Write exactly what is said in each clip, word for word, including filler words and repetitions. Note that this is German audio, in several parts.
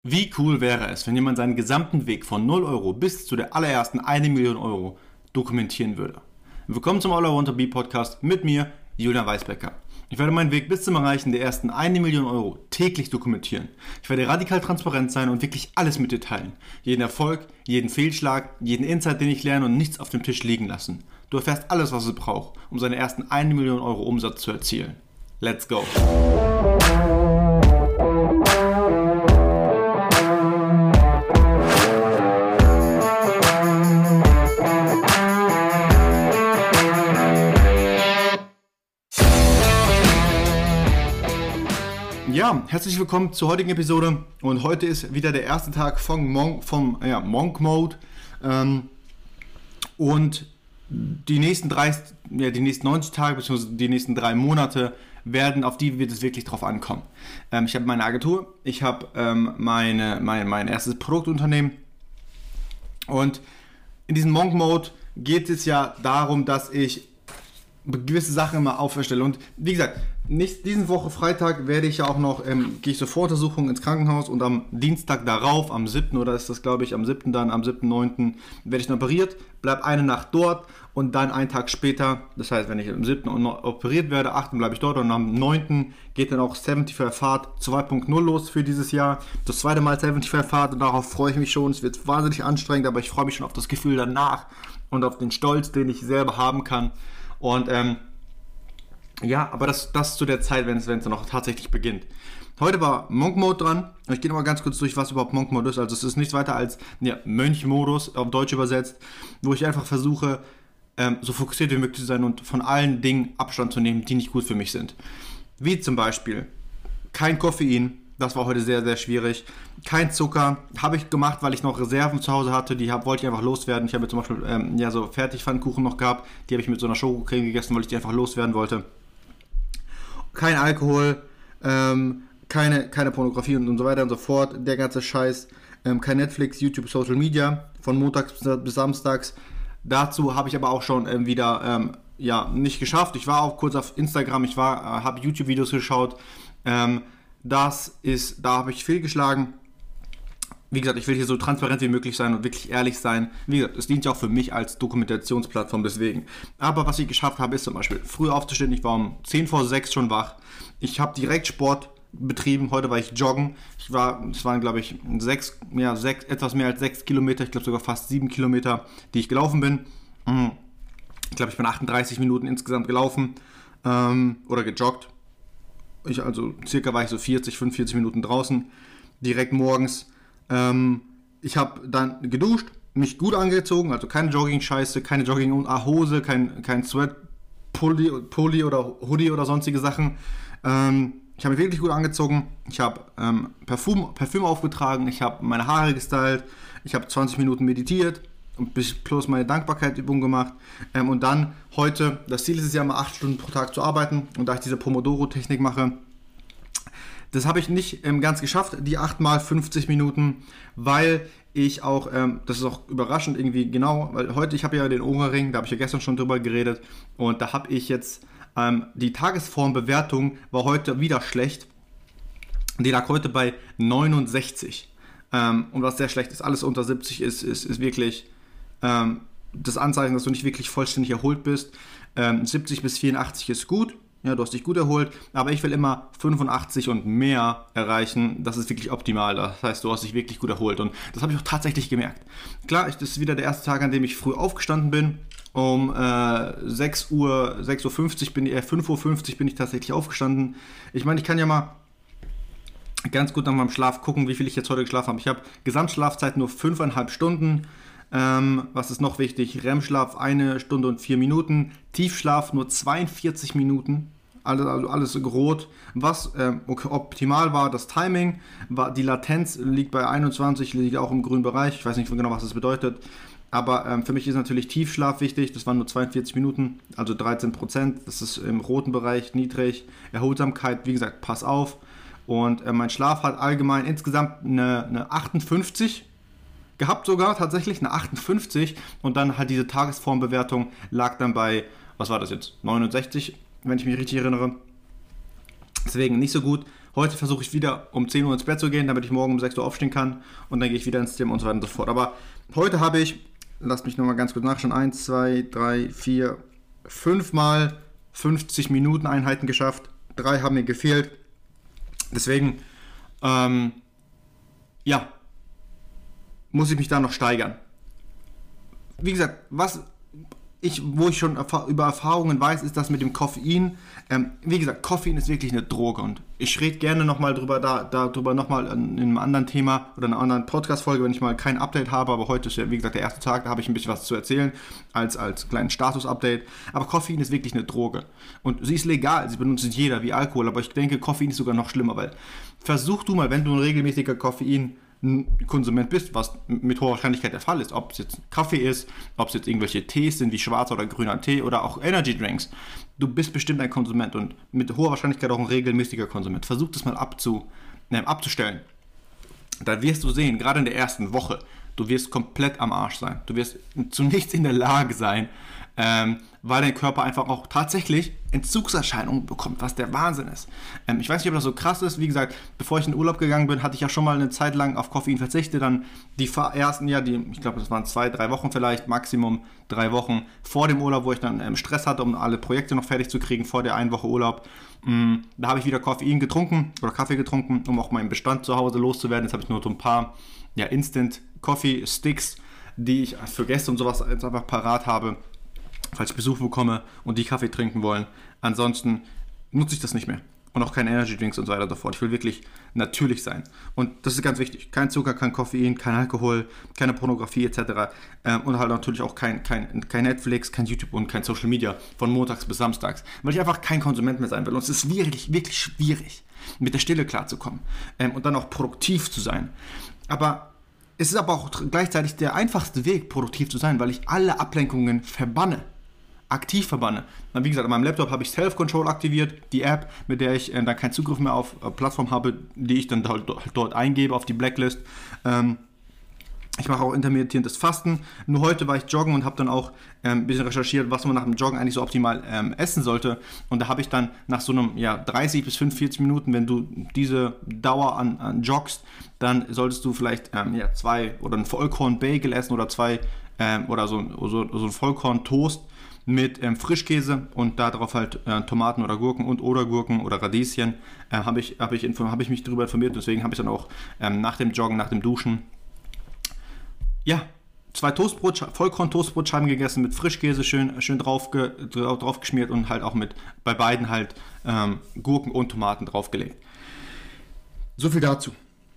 Wie cool wäre es, wenn jemand seinen gesamten Weg von null Euro bis zu der allerersten eine Million Euro dokumentieren würde? Willkommen zum All I Want to Be Podcast mit mir, Julian Weisbecker. Ich werde meinen Weg bis zum Erreichen der ersten eine Million Euro täglich dokumentieren. Ich werde radikal transparent sein und wirklich alles mit dir teilen. Jeden Erfolg, jeden Fehlschlag, jeden Insight, den ich lerne und nichts auf dem Tisch liegen lassen. Du erfährst alles, was es braucht, um seine ersten eine Million Euro Umsatz zu erzielen. Let's go! Ja, herzlich willkommen zur heutigen Episode und heute ist wieder der erste Tag von Monk, vom ja, Monk Mode ähm, und die nächsten dreißig, ja, die nächsten neunzig Tage bzw. die nächsten drei Monate werden, auf die wird es wirklich drauf ankommen. Ähm, ich habe meine Agentur, ich habe ähm, meine, mein, mein erstes Produktunternehmen und in diesem Monk Mode geht es ja darum, dass ich gewisse Sachen immer auferstelle. Und wie gesagt, nicht diesen Woche Freitag werde ich ja auch noch, ähm, gehe ich zur Voruntersuchung ins Krankenhaus und am Dienstag darauf, am siebten oder ist das glaube ich, am siebten dann, am siebten neunten werde ich dann operiert, bleibe eine Nacht dort und dann einen Tag später, das heißt, wenn ich am siebten operiert werde, achten bleibe ich dort und am neunten geht dann auch siebzig Fahrt zwei Punkt null los für dieses Jahr. Das zweite Mal siebzig Fahrt und darauf freue ich mich schon. Es wird wahnsinnig anstrengend, aber ich freue mich schon auf das Gefühl danach und auf den Stolz, den ich selber haben kann. Und ähm, ja, aber das, das zu der Zeit, wenn es, wenn es dann auch tatsächlich beginnt. Heute war Monk Mode dran. Ich gehe nochmal ganz kurz durch, was überhaupt Monk Mode ist. Also es ist nichts weiter als ja, Mönch-Modus, auf Deutsch übersetzt, wo ich einfach versuche, ähm, so fokussiert wie möglich zu sein und von allen Dingen Abstand zu nehmen, die nicht gut für mich sind. Wie zum Beispiel kein Koffein. Das war heute sehr, sehr schwierig. Kein Zucker. Habe ich gemacht, weil ich noch Reserven zu Hause hatte. Die hab, wollte ich einfach loswerden. Ich habe zum Beispiel ähm, ja, so Fertigpfannkuchen noch gehabt. Die habe ich mit so einer Schokocreme gegessen, weil ich die einfach loswerden wollte. Kein Alkohol. Ähm, keine, keine Pornografie und, und so weiter und so fort. Der ganze Scheiß. Ähm, kein Netflix, YouTube, Social Media. Von montags bis samstags. Dazu habe ich aber auch schon ähm, wieder ähm, ja, nicht geschafft. Ich war auch kurz auf Instagram. Ich war, äh, habe YouTube-Videos geschaut. Ähm, Das ist, da habe ich fehlgeschlagen. Wie gesagt, ich will hier so transparent wie möglich sein und wirklich ehrlich sein. Wie gesagt, es dient ja auch für mich als Dokumentationsplattform, deswegen. Aber was ich geschafft habe, ist zum Beispiel früh aufzustehen. Ich war um zehn vor sechs schon wach. Ich habe direkt Sport betrieben. Heute war ich joggen. Ich war, es waren glaube ich sechs, ja, sechs, etwas mehr als sechs Kilometer. Ich glaube sogar fast sieben Kilometer, die ich gelaufen bin. Ich glaube, ich bin achtunddreißig Minuten insgesamt gelaufen ähm, oder gejoggt. Ich also circa war ich so vierzig, fünfundvierzig Minuten draußen, direkt morgens. Ähm, ich habe dann geduscht, mich gut angezogen, also keine Jogging-Scheiße, keine Jogging-Hose, kein, kein Sweat-Pulli Pulli oder Hoodie oder sonstige Sachen. Ähm, ich habe mich wirklich gut angezogen, ich habe ähm, Parfüm, Parfüm aufgetragen, ich habe meine Haare gestylt, ich habe zwanzig Minuten meditiert und plus meine Dankbarkeitsübung gemacht ähm, und dann heute, das Ziel ist es ja mal acht Stunden pro Tag zu arbeiten und da ich diese Pomodoro-Technik mache, das habe ich nicht ähm, ganz geschafft, die acht mal fünfzig Minuten, weil ich auch, ähm, das ist auch überraschend irgendwie genau, weil heute, ich habe ja den Ohrring, da habe ich ja gestern schon drüber geredet und da habe ich jetzt, ähm, die Tagesformbewertung war heute wieder schlecht, die lag heute bei neunundsechzig ähm, und was sehr schlecht ist, alles unter siebzig ist, ist, ist wirklich ähm, das Anzeichen, dass du nicht wirklich vollständig erholt bist. Ähm, siebzig bis vierundachtzig ist gut, ja, du hast dich gut erholt, aber ich will immer fünfundachtzig und mehr erreichen, das ist wirklich optimal, das heißt, du hast dich wirklich gut erholt und das habe ich auch tatsächlich gemerkt. Klar, ich, das ist wieder der erste Tag, an dem ich früh aufgestanden bin, um äh, sechs Uhr, sechs Uhr fünfzig bin ich, äh, fünf Uhr fünfzig bin ich tatsächlich aufgestanden. Ich meine, ich kann ja mal ganz gut nach meinem Schlaf gucken, wie viel ich jetzt heute geschlafen habe. Ich habe Gesamtschlafzeit nur fünfeinhalb Stunden. Ähm, was ist noch wichtig? R E M-Schlaf eine Stunde und vier Minuten. Tiefschlaf nur zweiundvierzig Minuten. Alles, also alles rot. Was ähm, optimal war, das Timing. War, die Latenz liegt bei einundzwanzig, liegt auch im grünen Bereich. Ich weiß nicht genau, was das bedeutet. Aber ähm, für mich ist natürlich Tiefschlaf wichtig. Das waren nur zweiundvierzig Minuten, also dreizehn Prozent. Das ist im roten Bereich niedrig. Erholsamkeit, wie gesagt, pass auf. Und äh, mein Schlaf hat allgemein insgesamt eine, eine achtundfünfzig gehabt sogar, tatsächlich eine achtundfünfzig. Und dann halt diese Tagesformbewertung lag dann bei, was war das jetzt, neunundsechzig, wenn ich mich richtig erinnere. Deswegen nicht so gut. Heute versuche ich wieder um zehn Uhr ins Bett zu gehen, damit ich morgen um sechs Uhr aufstehen kann und dann gehe ich wieder ins Gym und so weiter und so fort. Aber heute habe ich, lasst mich nochmal ganz kurz nachschauen, eins, zwei, drei, vier, fünf Mal fünfzig Minuten Einheiten geschafft. Drei haben mir gefehlt. Deswegen, ähm, ja, muss ich mich da noch steigern. Wie gesagt, was ich, wo ich schon erfahr- über Erfahrungen weiß, ist das mit dem Koffein. Ähm, wie gesagt, Koffein ist wirklich eine Droge und ich rede gerne nochmal drüber, da, darüber nochmal in, in einem anderen Thema oder in einer anderen Podcast-Folge, wenn ich mal kein Update habe, aber heute ist ja, wie gesagt, der erste Tag, da habe ich ein bisschen was zu erzählen, als, als kleinen Status-Update. Aber Koffein ist wirklich eine Droge und sie ist legal, sie benutzt jeder wie Alkohol, aber ich denke, Koffein ist sogar noch schlimmer, weil versuch du mal, wenn du ein regelmäßiger Koffein Konsument bist, was mit hoher Wahrscheinlichkeit der Fall ist, ob es jetzt Kaffee ist, ob es jetzt irgendwelche Tees sind wie schwarzer oder grüner Tee oder auch Energy Drinks, du bist bestimmt ein Konsument und mit hoher Wahrscheinlichkeit auch ein regelmäßiger Konsument. Versuch das mal abzu, ne, abzustellen. Da wirst du sehen, gerade in der ersten Woche, du wirst komplett am Arsch sein. Du wirst zu nichts in der Lage sein, ähm, weil dein Körper einfach auch tatsächlich Entzugserscheinungen bekommt, was der Wahnsinn ist. Ähm, ich weiß nicht, ob das so krass ist. Wie gesagt, bevor ich in den Urlaub gegangen bin, hatte ich ja schon mal eine Zeit lang auf Koffein verzichtet. Dann die ersten, ja, die, ich glaube, das waren zwei, drei Wochen vielleicht, Maximum drei Wochen vor dem Urlaub, wo ich dann ähm, Stress hatte, um alle Projekte noch fertig zu kriegen vor der einen Woche Urlaub. Ähm, da habe ich wieder Koffein getrunken oder Kaffee getrunken, um auch meinen Bestand zu Hause loszuwerden. Jetzt habe ich nur so ein paar ja, Instant Coffee Sticks, die ich für Gäste und sowas jetzt einfach parat habe, falls ich Besuch bekomme und die Kaffee trinken wollen. Ansonsten nutze ich das nicht mehr. Und auch keine Energy Drinks und so weiter und so fort. Ich will wirklich natürlich sein. Und das ist ganz wichtig. Kein Zucker, kein Koffein, kein Alkohol, keine Pornografie et cetera. Ähm, und halt natürlich auch kein, kein, kein Netflix, kein YouTube und kein Social Media von montags bis samstags. Weil ich einfach kein Konsument mehr sein will. Und es ist wirklich, wirklich schwierig, mit der Stille klarzukommen. Ähm, und dann auch produktiv zu sein. Aber es ist aber auch gleichzeitig der einfachste Weg, produktiv zu sein, weil ich alle Ablenkungen verbanne. Aktiv verbanne. Wie gesagt, an meinem Laptop habe ich Self-Control aktiviert, die App, mit der ich äh, dann keinen Zugriff mehr auf äh, Plattformen habe, die ich dann dort, dort eingebe auf die Blacklist. Ähm, ich mache auch intermittierendes Fasten. Nur heute war ich joggen und habe dann auch ähm, ein bisschen recherchiert, was man nach dem Joggen eigentlich so optimal ähm, essen sollte. Und da habe ich dann nach so einem ja, dreißig bis fünfundvierzig Minuten, wenn du diese Dauer an, an joggst, dann solltest du vielleicht ähm, ja, zwei oder ein Vollkorn-Bagel essen oder zwei ähm, oder so, so, so ein Vollkorn-Toast mit ähm, Frischkäse und darauf halt äh, Tomaten oder Gurken und oder Gurken oder Radieschen äh, habe ich, hab ich, hab ich mich darüber informiert, deswegen habe ich dann auch ähm, nach dem Joggen, nach dem Duschen ja, zwei Toastbrot, Vollkorn-Toastbrotscheiben gegessen mit Frischkäse schön, schön drauf, ge, drauf geschmiert und halt auch mit bei beiden halt ähm, Gurken und Tomaten draufgelegt. So viel dazu.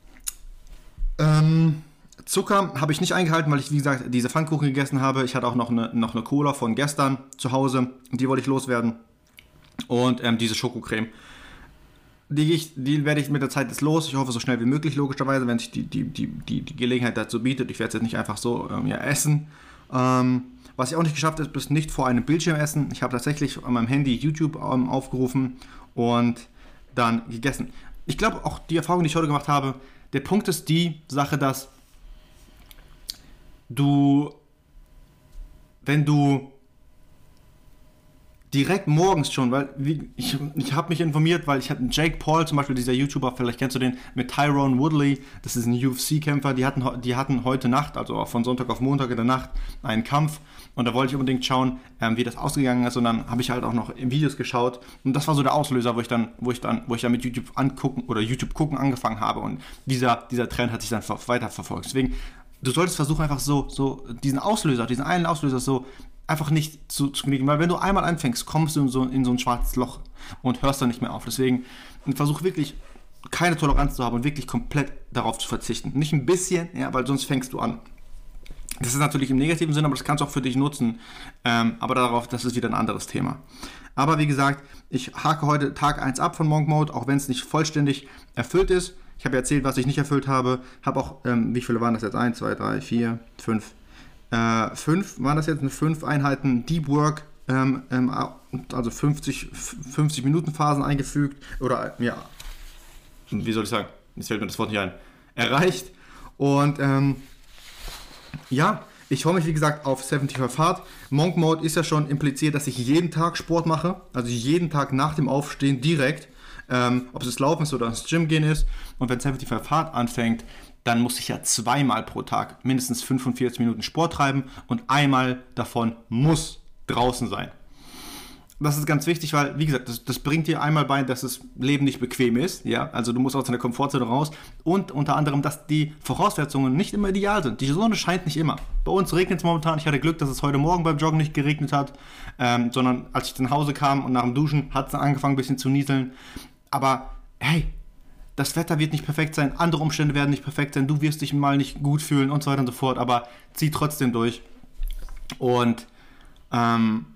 Ähm Zucker habe ich nicht eingehalten, weil ich, wie gesagt, diese Pfannkuchen gegessen habe. Ich hatte auch noch eine, noch eine Cola von gestern zu Hause. Die wollte ich loswerden. Und ähm, diese Schokocreme. Die, ich, die werde ich mit der Zeit jetzt los. Ich hoffe, so schnell wie möglich, logischerweise, wenn sich die, die, die, die, die Gelegenheit dazu bietet. Ich werde es jetzt nicht einfach so ähm, ja, essen. Ähm, was ich auch nicht geschafft habe, ist nicht vor einem Bildschirm essen. Ich habe tatsächlich an meinem Handy YouTube ähm, aufgerufen und dann gegessen. Ich glaube, auch die Erfahrung, die ich heute gemacht habe, der Punkt ist die Sache, dass du, wenn du direkt morgens schon, weil wie, ich, ich habe mich informiert, weil ich hatte Jake Paul zum Beispiel, dieser YouTuber, vielleicht kennst du den, mit Tyrone Woodley, das ist ein U F C-Kämpfer, die hatten, die hatten heute Nacht, also von Sonntag auf Montag in der Nacht, einen Kampf und da wollte ich unbedingt schauen, ähm, wie das ausgegangen ist und dann habe ich halt auch noch Videos geschaut und das war so der Auslöser, wo ich dann, wo ich dann, wo ich dann mit YouTube angucken oder YouTube gucken angefangen habe und dieser, dieser Trend hat sich dann weiterverfolgt. Deswegen du solltest versuchen, einfach so, so diesen Auslöser, diesen einen Auslöser so einfach nicht zu, zu knicken, weil wenn du einmal anfängst, kommst du in so, in so ein schwarzes Loch und hörst dann nicht mehr auf. Deswegen versuch wirklich keine Toleranz zu haben und wirklich komplett darauf zu verzichten. Nicht ein bisschen, ja, weil sonst fängst du an. Das ist natürlich im negativen Sinn, aber das kannst du auch für dich nutzen. Ähm, aber darauf, das ist wieder ein anderes Thema. Aber wie gesagt, ich hake heute Tag eins ab von Monk Mode, auch wenn es nicht vollständig erfüllt ist. Ich habe erzählt, was ich nicht erfüllt habe. Habe auch, ähm, wie viele waren das jetzt? eins, zwei, drei, vier, fünf. Äh, fünf waren das jetzt? fünf Einheiten Deep Work, ähm, ähm, also fünfzig, fünfzig Minuten Phasen eingefügt. Oder, ja, wie soll ich sagen? Jetzt fällt mir das Wort nicht ein. Erreicht. Und, ähm, ja, ich freue mich, wie gesagt, auf fünfundsiebzig Hard. Monk Mode ist ja schon impliziert, dass ich jeden Tag Sport mache. Also jeden Tag nach dem Aufstehen direkt. ähm, ob es das Laufen ist oder ins Gym gehen ist. Und wenn seventy-five Hard anfängt, dann muss ich ja zweimal pro Tag mindestens fünfundvierzig Minuten Sport treiben und einmal davon muss draußen sein. Das ist ganz wichtig, weil, wie gesagt, das, das bringt dir einmal bei, dass das Leben nicht bequem ist. Ja? Also du musst aus deiner Komfortzone raus und unter anderem, dass die Voraussetzungen nicht immer ideal sind. Die Sonne scheint nicht immer. Bei uns regnet es momentan. Ich hatte Glück, dass es heute Morgen beim Joggen nicht geregnet hat, ähm, sondern als ich nach Hause kam und nach dem Duschen hat es dann angefangen ein bisschen zu nieseln. Aber hey, das Wetter wird nicht perfekt sein, andere Umstände werden nicht perfekt sein, du wirst dich mal nicht gut fühlen und so weiter und so fort, aber zieh trotzdem durch. Und ähm,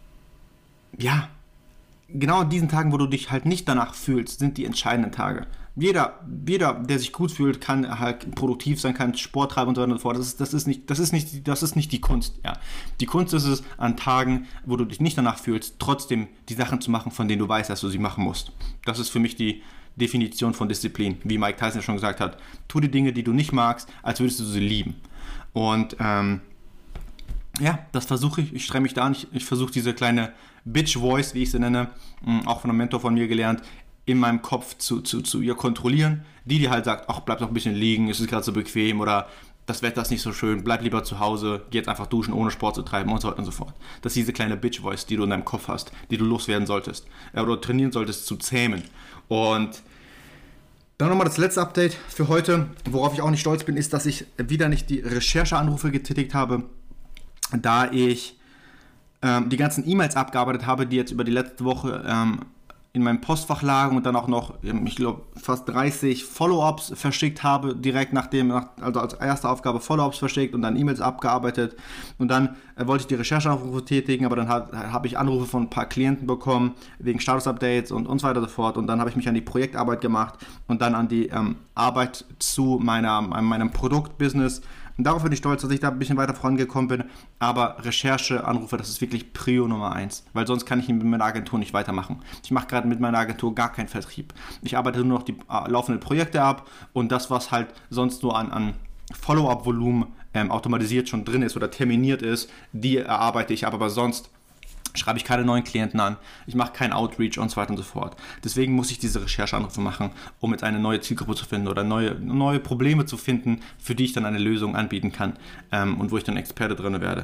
ja, genau an diesen Tagen, wo du dich halt nicht danach fühlst, sind die entscheidenden Tage. Jeder, jeder, der sich gut fühlt, kann halt produktiv sein, kann Sport treiben und so weiter und so fort. Das ist, das ist nicht, das ist nicht, das ist nicht die Kunst. Ja. Die Kunst ist es, an Tagen, wo du dich nicht danach fühlst, trotzdem die Sachen zu machen, von denen du weißt, dass du sie machen musst. Das ist für mich die Definition von Disziplin, wie Mike Tyson schon gesagt hat. Tu die Dinge, die du nicht magst, als würdest du sie lieben. Und ähm, ja, das versuche ich. Ich strenge mich da an. Ich, ich versuche diese kleine Bitch-Voice, wie ich sie nenne, auch von einem Mentor von mir gelernt, in meinem Kopf zu, zu, zu ihr kontrollieren. Die, die halt sagt, ach, bleib doch ein bisschen liegen, es ist gerade so bequem oder das Wetter ist nicht so schön, bleib lieber zu Hause, geh jetzt einfach duschen, ohne Sport zu treiben und so weiter und so fort. Das ist diese kleine Bitch-Voice, die du in deinem Kopf hast, die du loswerden solltest oder trainieren solltest zu zähmen. Und dann nochmal das letzte Update für heute, worauf ich auch nicht stolz bin, ist, dass ich wieder nicht die Rechercheanrufe getätigt habe, da ich ähm, die ganzen E-Mails abgearbeitet habe, die jetzt über die letzte Woche ähm, in meinem Postfach lagen und dann auch noch, ich glaube, fast dreißig Follow-ups verschickt habe, direkt nachdem, nach, also als erste Aufgabe Follow-ups verschickt und dann E-Mails abgearbeitet und dann äh, wollte ich die Rechercheanrufe tätigen, aber dann habe hab ich Anrufe von ein paar Klienten bekommen, wegen Status-Updates und, und so weiter und so fort und dann habe ich mich an die Projektarbeit gemacht und dann an die ähm, Arbeit zu meiner, meinem Produktbusiness. Und darauf bin ich stolz, dass ich da ein bisschen weiter vorangekommen bin. Aber Recherche, Anrufe, das ist wirklich Prio Nummer eins. Weil sonst kann ich mit meiner Agentur nicht weitermachen. Ich mache gerade mit meiner Agentur gar keinen Vertrieb. Ich arbeite nur noch die äh, laufenden Projekte ab und das, was halt sonst nur an, an Follow-up-Volumen ähm, automatisiert schon drin ist oder terminiert ist, die erarbeite ich ab. Aber sonst schreibe ich keine neuen Klienten an, ich mache keinen Outreach und so weiter und so fort. Deswegen muss ich diese Rechercheanrufe machen, um jetzt eine neue Zielgruppe zu finden oder neue, neue Probleme zu finden, für die ich dann eine Lösung anbieten kann ähm, und wo ich dann Experte drin werde.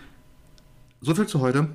So viel zu heute.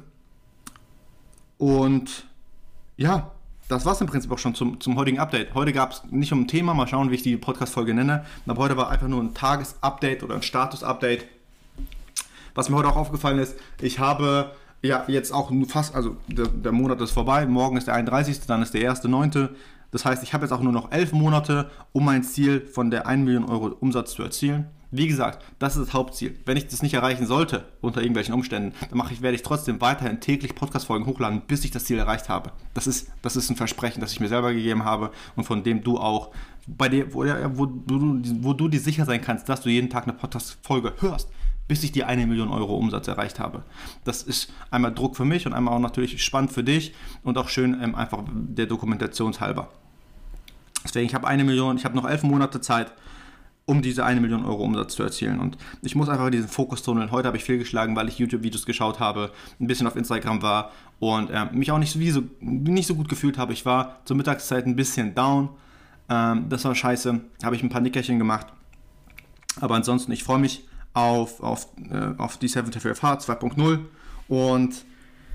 Und ja, das war es im Prinzip auch schon zum, zum heutigen Update. Heute gab es nicht um ein Thema, mal schauen, wie ich die Podcast-Folge nenne, aber heute war einfach nur ein Tages-Update oder ein Status-Update. Was mir heute auch aufgefallen ist, ich habe ja, jetzt auch fast, also der, der Monat ist vorbei, morgen ist der einunddreißigste, dann ist der erste neunte Das heißt, ich habe jetzt auch nur noch elf Monate, um mein Ziel von der eine Million Euro Umsatz zu erzielen. Wie gesagt, das ist das Hauptziel. Wenn ich das nicht erreichen sollte, unter irgendwelchen Umständen, dann mache ich, werde ich trotzdem weiterhin täglich Podcast-Folgen hochladen, bis ich das Ziel erreicht habe. Das ist, das ist ein Versprechen, das ich mir selber gegeben habe und von dem du auch, bei dir, wo, wo, du, wo du dir sicher sein kannst, dass du jeden Tag eine Podcast-Folge hörst, bis ich die eine Million Euro Umsatz erreicht habe. Das ist einmal Druck für mich und einmal auch natürlich spannend für dich und auch schön ähm, einfach der Dokumentation halber. Deswegen, ich habe eine Million, ich habe noch elf Monate Zeit, um diese eine Million Euro Umsatz zu erzielen. Und ich muss einfach in diesen Fokus tunneln. Heute habe ich fehlgeschlagen, weil ich YouTube-Videos geschaut habe, ein bisschen auf Instagram war und äh, mich auch nicht so, nicht so gut gefühlt habe. Ich war zur Mittagszeit ein bisschen down. Ähm, das war scheiße. Habe ich ein paar Nickerchen gemacht. Aber ansonsten, ich freue mich auf, auf, äh, auf die seventy-five Hard zwei Punkt null und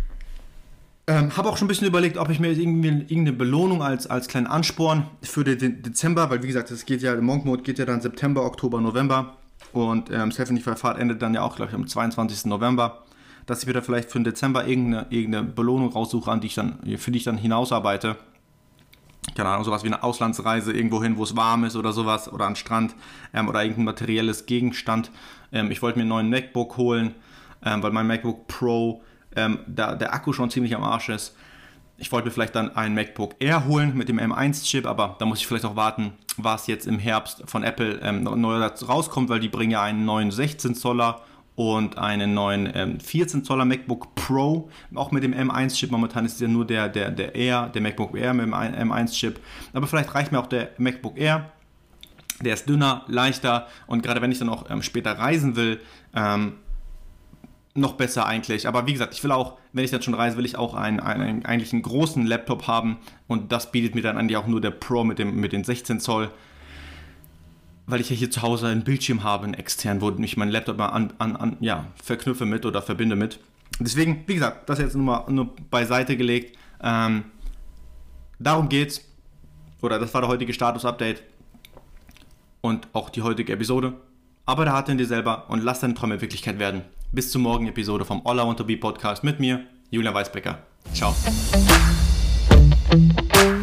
ähm, habe auch schon ein bisschen überlegt, ob ich mir irgendwie irgendeine Belohnung als, als kleinen Ansporn für den Dezember, weil wie gesagt, das geht ja, der Monk Mode geht ja dann September, Oktober, November und ähm, seventy-five Hard endet dann ja auch, glaube ich, am zweiundzwanzigsten November, dass ich mir da vielleicht für den Dezember irgendeine, irgendeine Belohnung raussuche, an die ich dann, für die ich dann hinausarbeite. Keine Ahnung, sowas wie eine Auslandsreise irgendwo hin, wo es warm ist oder sowas, oder an Strand ähm, oder irgendein materielles Gegenstand. Ähm, ich wollte mir einen neuen MacBook holen, ähm, weil mein MacBook Pro, ähm, da der Akku schon ziemlich am Arsch ist. Ich wollte mir vielleicht dann ein MacBook Air holen mit dem M eins Chip, aber da muss ich vielleicht auch warten, was jetzt im Herbst von Apple ähm, neu rauskommt, weil die bringen ja einen neuen sechzehn Zoller und einen neuen ähm, vierzehn Zoller MacBook Pro, auch mit dem M eins Chip. Momentan ist es ja nur der, der, der Air, der MacBook Air mit dem M eins Chip. Aber vielleicht reicht mir auch der MacBook Air. Der ist dünner, leichter und gerade wenn ich dann auch ähm, später reisen will, ähm, noch besser eigentlich. Aber wie gesagt, ich will auch, wenn ich dann schon reise, will ich auch einen, einen, eigentlich einen großen Laptop haben. Und das bietet mir dann eigentlich auch nur der Pro mit, dem, mit den sechzehn Zoll. Weil ich ja hier zu Hause einen Bildschirm habe, einen externen, wo ich meinen Laptop mal an, an, an, ja, verknüpfe mit oder verbinde mit. Deswegen, wie gesagt, das jetzt nur, mal, nur beiseite gelegt. Ähm, darum geht's. Oder das war der heutige Status-Update. Und auch die heutige Episode. Aber da in dir selber und lass deine Träume Wirklichkeit werden. Bis zur morgigen Episode vom All I Want To Be Podcast mit mir, Julian Weisbecker. Ciao.